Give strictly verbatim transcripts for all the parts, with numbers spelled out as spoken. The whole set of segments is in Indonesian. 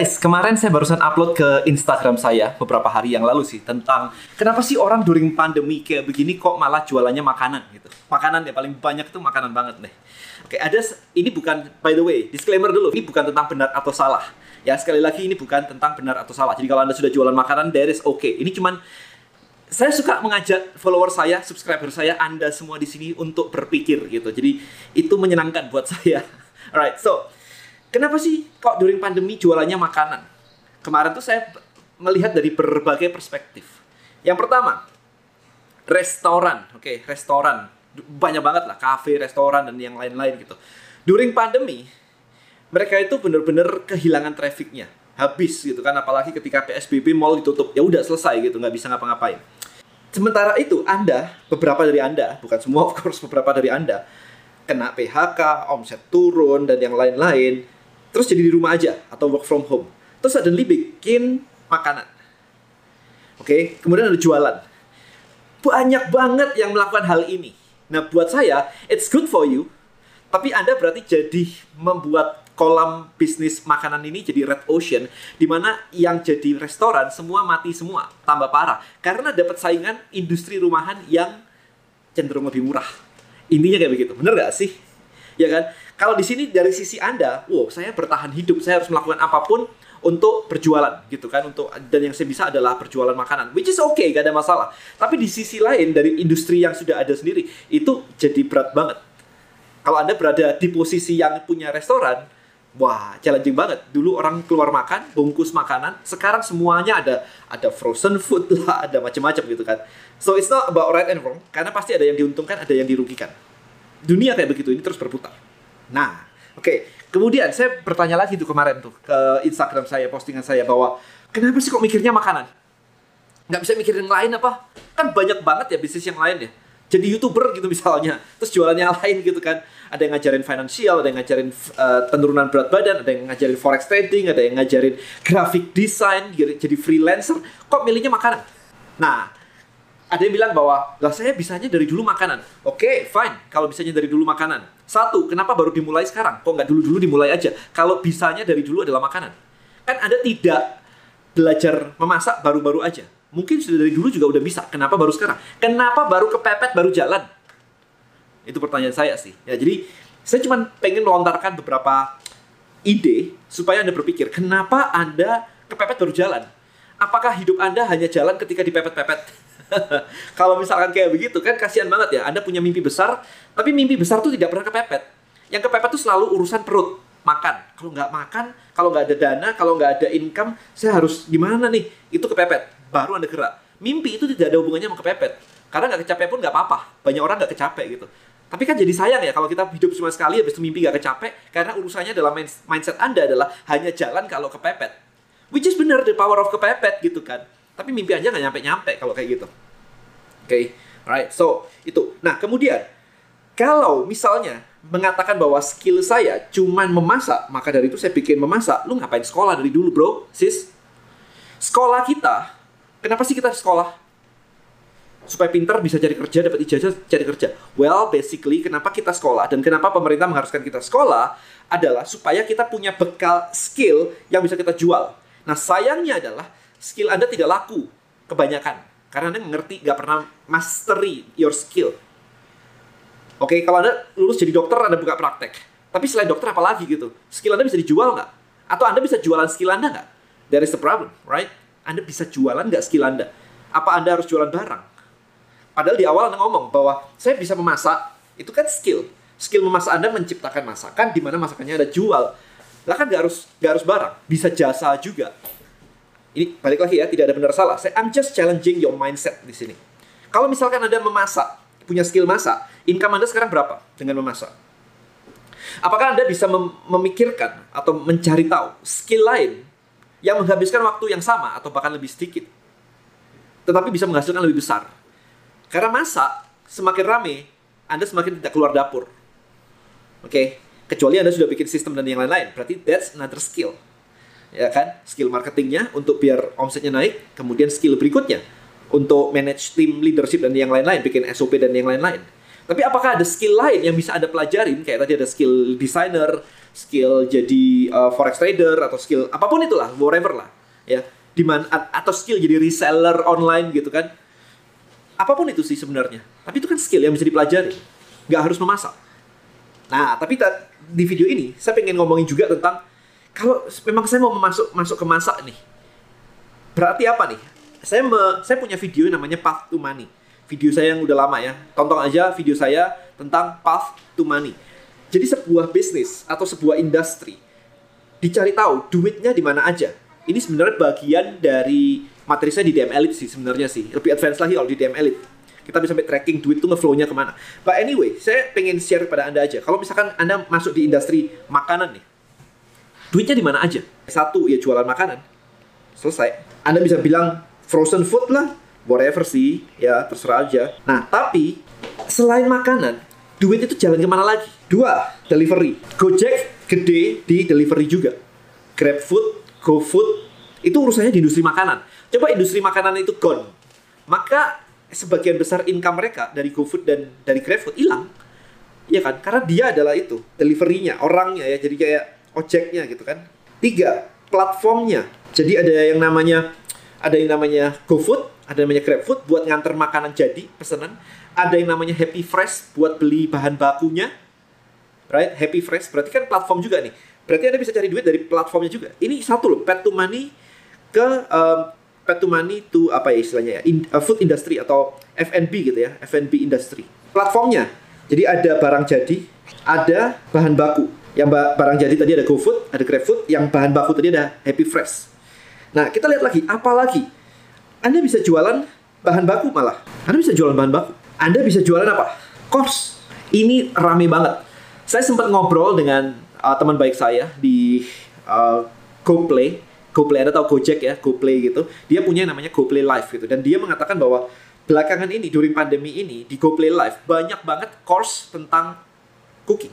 Guys, kemarin saya barusan upload ke Instagram saya beberapa hari yang lalu sih tentang kenapa sih orang during pandemi kayak begini kok malah jualannya makanan gitu. Makanan ya paling banyak itu makanan banget nih. Oke, ada ini bukan, by the way, disclaimer dulu, ini bukan tentang benar atau salah. Ya, sekali lagi ini bukan tentang benar atau salah. Jadi kalau Anda sudah jualan makanan, that is okay. Ini cuman saya suka mengajak follower saya, subscriber saya, Anda semua di sini untuk berpikir gitu. Jadi itu menyenangkan buat saya. Alright, so kenapa sih kok during pandemi jualannya makanan? Kemarin tuh saya melihat dari berbagai perspektif. Yang pertama, restoran. Oke, okay, restoran. Banyak banget lah, kafe, restoran, dan yang lain-lain gitu. During pandemi, mereka itu benar-benar kehilangan trafficnya. Habis gitu kan, apalagi ketika P S B B mall ditutup. Ya udah selesai gitu, nggak bisa ngapa-ngapain. Sementara itu, Anda, beberapa dari Anda, bukan semua of course, beberapa dari Anda, kena P H K, omset turun, dan yang lain-lain. Terus jadi di rumah aja atau work from home. Terus suddenly bikin makanan. Oke, okay? Kemudian ada jualan. Banyak banget yang melakukan hal ini. Nah, buat saya, it's good for you. Tapi Anda berarti jadi membuat kolam bisnis makanan ini jadi red ocean, di mana yang jadi restoran semua mati semua, tambah parah. Karena dapat saingan industri rumahan yang cenderung lebih murah. Intinya kayak begitu, bener gak sih? Ya kan? Kalau di sini dari sisi Anda, wow, saya bertahan hidup, saya harus melakukan apapun untuk berjualan, gitu kan? Untuk dan yang saya bisa adalah berjualan makanan, which is okay, gak ada masalah. Tapi di sisi lain dari industri yang sudah ada sendiri, itu jadi berat banget. Kalau Anda berada di posisi yang punya restoran, wah, challenging banget. Dulu orang keluar makan, bungkus makanan, sekarang semuanya ada ada frozen food lah, ada macam-macam gitu kan. So it's not about right and wrong, karena pasti ada yang diuntungkan, ada yang dirugikan. Dunia kayak begitu, ini terus berputar. Nah, oke. Okay. Kemudian saya bertanya lagi tuh kemarin tuh ke Instagram saya, postingan saya, bahwa kenapa sih kok mikirnya makanan? Nggak bisa mikirin yang lain apa? Kan banyak banget ya bisnis yang lain ya. Jadi YouTuber gitu misalnya, terus jualannya yang lain gitu kan. Ada yang ngajarin financial, ada yang ngajarin uh, penurunan berat badan, ada yang ngajarin forex trading, ada yang ngajarin graphic design, jadi freelancer. Kok milihnya makanan? Nah, ada yang bilang bahwa, lah saya bisanya dari dulu makanan. Oke, okay, fine. Kalau bisanya dari dulu makanan. Satu, kenapa baru dimulai sekarang? Kok nggak dulu-dulu dimulai aja? Kalau bisanya dari dulu adalah makanan. Kan Anda tidak belajar memasak baru-baru aja. Mungkin sudah dari dulu juga udah bisa. Kenapa baru sekarang? Kenapa baru kepepet, baru jalan? Itu pertanyaan saya sih. Ya, jadi saya cuma pengen melontarkan beberapa ide supaya Anda berpikir, kenapa Anda kepepet baru jalan? Apakah hidup Anda hanya jalan ketika dipepet-pepet? Kalau misalkan kayak begitu kan kasihan banget ya. Anda punya mimpi besar, tapi mimpi besar tuh tidak pernah kepepet. Yang kepepet tuh selalu urusan perut, makan. Kalau nggak makan, kalau nggak ada dana, kalau nggak ada income, saya harus gimana nih? Itu kepepet. Baru Anda gerak. Mimpi itu tidak ada hubungannya sama kepepet. Karena nggak kecapek pun nggak apa-apa. Banyak orang nggak kecapek gitu. Tapi kan jadi sayang ya kalau kita hidup cuma sekali habis itu mimpi nggak kecapek. Karena urusannya dalam mindset Anda adalah hanya jalan kalau kepepet. Which is benar, the power of kepepet gitu kan. Tapi mimpi aja nggak nyampe-nyampe kalau kayak gitu. Oke, okay. Alright, so itu. Nah, kemudian kalau misalnya mengatakan bahwa skill saya cuman memasak, maka dari itu saya bikin memasak. Lu ngapain sekolah dari dulu, bro, sis? Sekolah kita, kenapa sih kita sekolah? Supaya pintar bisa cari kerja, dapat ijazah cari kerja. Well, basically, kenapa kita sekolah dan kenapa pemerintah mengharuskan kita sekolah adalah supaya kita punya bekal skill yang bisa kita jual. Nah, sayangnya adalah skill Anda tidak laku kebanyakan. Karena Anda ngerti, nggak pernah mastery your skill. Oke, okay, kalau Anda lulus jadi dokter, Anda buka praktek. Tapi selain dokter apa lagi gitu? Skill Anda bisa dijual nggak? Atau Anda bisa jualan skill Anda nggak? There is the problem, right? Anda bisa jualan nggak skill Anda? Apa Anda harus jualan barang? Padahal di awal Anda ngomong bahwa saya bisa memasak, itu kan skill. Skill memasak Anda menciptakan masakan, di mana masakannya Anda jual. Lah kan nggak harus, nggak harus barang, bisa jasa juga. Ini balik lagi ya, tidak ada benar salah. Saya I'm just challenging your mindset di sini. Kalau misalkan Anda memasak, punya skill masak, income Anda sekarang berapa dengan memasak? Apakah Anda bisa mem memikirkan atau mencari tahu skill lain yang menghabiskan waktu yang sama atau bahkan lebih sedikit, tetapi bisa menghasilkan lebih besar? Karena masak semakin rame, Anda semakin tidak keluar dapur. Oke, okay? Kecuali Anda sudah bikin sistem dan yang lain-lain, berarti that's another skill. Ya kan, skill marketingnya untuk biar omsetnya naik, kemudian skill berikutnya untuk manage tim leadership dan yang lain-lain, bikin S O P dan yang lain-lain. Tapi apakah ada skill lain yang bisa Anda pelajarin, kayak tadi ada skill designer, skill jadi uh, forex trader atau skill apapun itulah, whatever lah, ya. Dimana atau skill jadi reseller online gitu kan. Apapun itu sih sebenarnya. Tapi itu kan skill yang bisa dipelajari. Nggak harus memasak. Nah, tapi di video ini saya pengen ngomongin juga tentang kalau memang saya mau masuk masuk ke masak nih. Berarti apa nih? Saya me, saya punya video yang namanya Path to Money. Video saya yang udah lama ya. Tonton aja video saya tentang Path to Money. Jadi sebuah bisnis atau sebuah industri dicari tahu duitnya di mana aja. Ini sebenarnya bagian dari materi saya di D M Elite sih sebenarnya sih. Lebih advance lagi kalau di D M Elite. Kita bisa sampai tracking duit itu nge-flow-nya kemana. But anyway, saya pengen share kepada Anda aja. Kalau misalkan Anda masuk di industri makanan nih, duitnya di mana aja? Satu, ya jualan makanan. Selesai. Anda bisa bilang frozen food lah, whatever sih, ya terserah aja. Nah, tapi selain makanan, duit itu jalan kemana lagi? Dua, delivery. Gojek gede di delivery juga. GrabFood, GoFood, itu urusannya di industri makanan. Coba industri makanan itu gone, maka sebagian besar income mereka dari GoFood dan dari GrabFood hilang. Iya kan? Karena dia adalah itu, delivery-nya, orangnya ya, jadi kayak ojeknya gitu kan. Tiga, platformnya. Jadi ada yang namanya ada yang namanya GoFood, ada yang namanya GrabFood buat nganter makanan jadi, pesanan. Ada yang namanya Happy Fresh buat beli bahan bakunya. Right? Happy Fresh berarti kan platform juga nih. Berarti Anda bisa cari duit dari platformnya juga. Ini satu loh, path to money ke um, path to money to apa ya istilahnya ya, in, uh, food industry atau F and B gitu ya, F and B industry. Platformnya, jadi ada barang jadi, ada bahan baku. Yang barang jadi tadi ada GoFood, ada GrabFood, yang bahan baku tadi ada Happy Fresh. Nah, kita lihat lagi, apa lagi? Anda bisa jualan bahan baku malah. Anda bisa jualan bahan baku. Anda bisa jualan apa? Course. Ini rame banget. Saya sempat ngobrol dengan uh, teman baik saya di uh, GoPlay. GoPlay, Anda tahu Gojek ya, GoPlay gitu. Dia punya yang namanya GoPlay Live gitu. Dan dia mengatakan bahwa belakangan ini, during pandemi ini, di GoPlay Live, banyak banget course tentang cooking,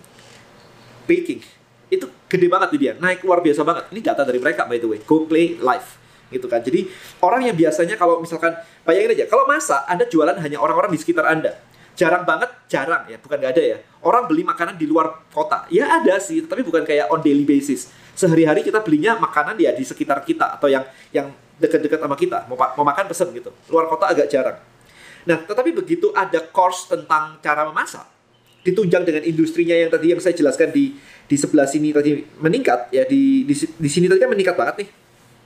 baking. Itu gede banget di dia, naik luar biasa banget. Ini data dari mereka by the way, GoPlay Live gitu kan. Jadi orang yang biasanya kalau misalkan, bayangin aja, kalau masa Anda jualan hanya orang-orang di sekitar Anda. Jarang banget, jarang ya, bukan nggak ada ya. Orang beli makanan di luar kota, ya ada sih, tapi bukan kayak on daily basis. Sehari-hari kita belinya makanan ya di sekitar kita atau yang yang dekat-dekat sama kita. Mau, mau makan pesen gitu. Luar kota agak jarang. Nah, tetapi begitu ada course tentang cara memasak, ditunjang dengan industrinya yang tadi yang saya jelaskan di di sebelah sini tadi meningkat ya, di di, di sini tadi kan meningkat banget nih.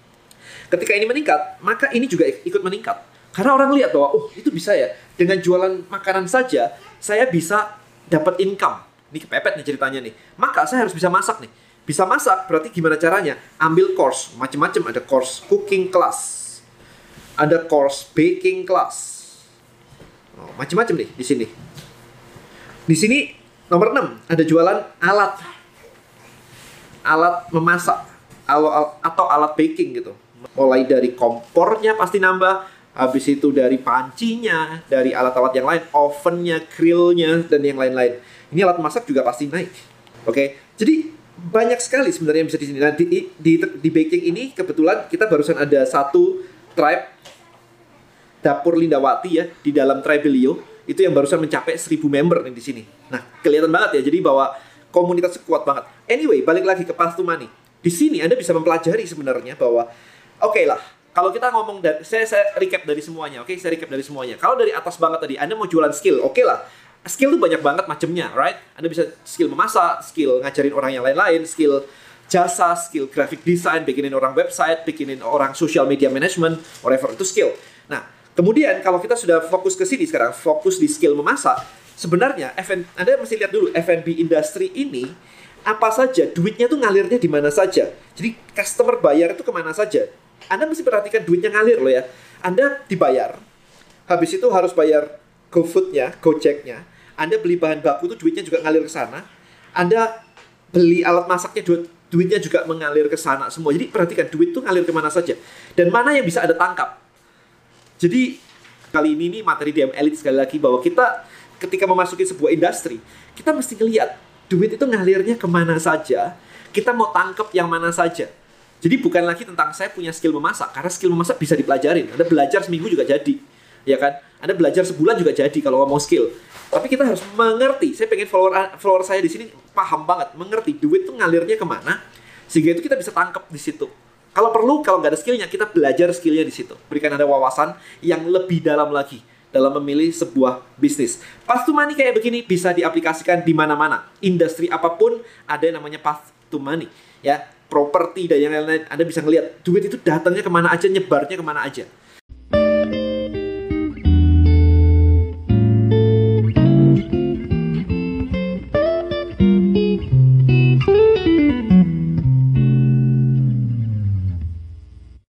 Ketika ini meningkat, maka ini juga ikut meningkat. Karena orang lihat bahwa oh, itu bisa ya, dengan jualan makanan saja saya bisa dapat income. Ini kepepet nih ceritanya nih. Maka saya harus bisa masak nih. Bisa masak berarti gimana caranya? Ambil course, macam-macam, ada course cooking class. Ada course baking class. Oh, macam-macam nih di sini. Di sini nomor enam ada jualan alat. Alat memasak atau alat baking gitu. Mulai dari kompornya pasti nambah, habis itu dari pancinya, dari alat-alat yang lain, ovennya, grillnya, dan yang lain-lain. Ini alat masak juga pasti naik. Oke, okay? Jadi banyak sekali sebenarnya yang bisa di sini. Nah, di, di, di baking ini kebetulan kita barusan ada satu tribe Dapur Lindawati ya di dalam Tribelio itu yang barusan mencapai seribu member nih di sini. Nah, kelihatan banget ya. Jadi bahwa komunitasnya kuat banget. Anyway, balik lagi ke Path to Money. Di sini Anda bisa mempelajari sebenarnya bahwa oke okay lah, kalau kita ngomong dari saya saya recap dari semuanya, oke? Okay? Saya recap dari semuanya. Kalau dari atas banget tadi Anda mau jualan skill, oke okay lah. Skill tuh banyak banget macamnya, right? Anda bisa skill memasak, skill ngajarin orang yang lain-lain, skill jasa, skill graphic design, bikinin orang website, bikinin orang social media management, whatever, itu skill. Nah, kemudian kalau kita sudah fokus ke sini sekarang, fokus di skill memasak, sebenarnya F and, Anda mesti lihat dulu F and B industry ini apa saja, duitnya tuh ngalirnya di mana saja. Jadi customer bayar itu kemana saja. Anda mesti perhatikan duitnya ngalir loh ya. Anda dibayar, habis itu harus bayar GoFood-nya, Gojek-nya. Anda beli bahan baku itu duitnya juga ngalir ke sana. Anda beli alat masaknya du duitnya juga mengalir ke sana semua. Jadi perhatikan duit itu ngalir kemana saja. Dan mana yang bisa Anda tangkap. Jadi kali ini nih materi D M Elite sekali lagi bahwa kita ketika memasuki sebuah industri, kita mesti ngelihat duit itu ngalirnya kemana saja. Kita mau tangkap yang mana saja. Jadi bukan lagi tentang saya punya skill memasak, karena skill memasak bisa dipelajarin. Anda belajar seminggu juga jadi, ya kan? Anda belajar sebulan juga jadi kalau ngomong skill. Tapi kita harus mengerti. Saya pengen follower follower saya di sini paham banget, mengerti duit tuh ngalirnya kemana, sehingga itu kita bisa tangkap di situ. Kalau perlu, kalau nggak ada skillnya, kita belajar skillnya di situ. Berikan Anda wawasan yang lebih dalam lagi dalam memilih sebuah bisnis. Path to money kayak begini bisa diaplikasikan di mana-mana. Industri apapun ada yang namanya path to money. Ya, properti dan yang lain-lain. Anda bisa ngelihat duit itu datangnya kemana aja, nyebarnya kemana aja.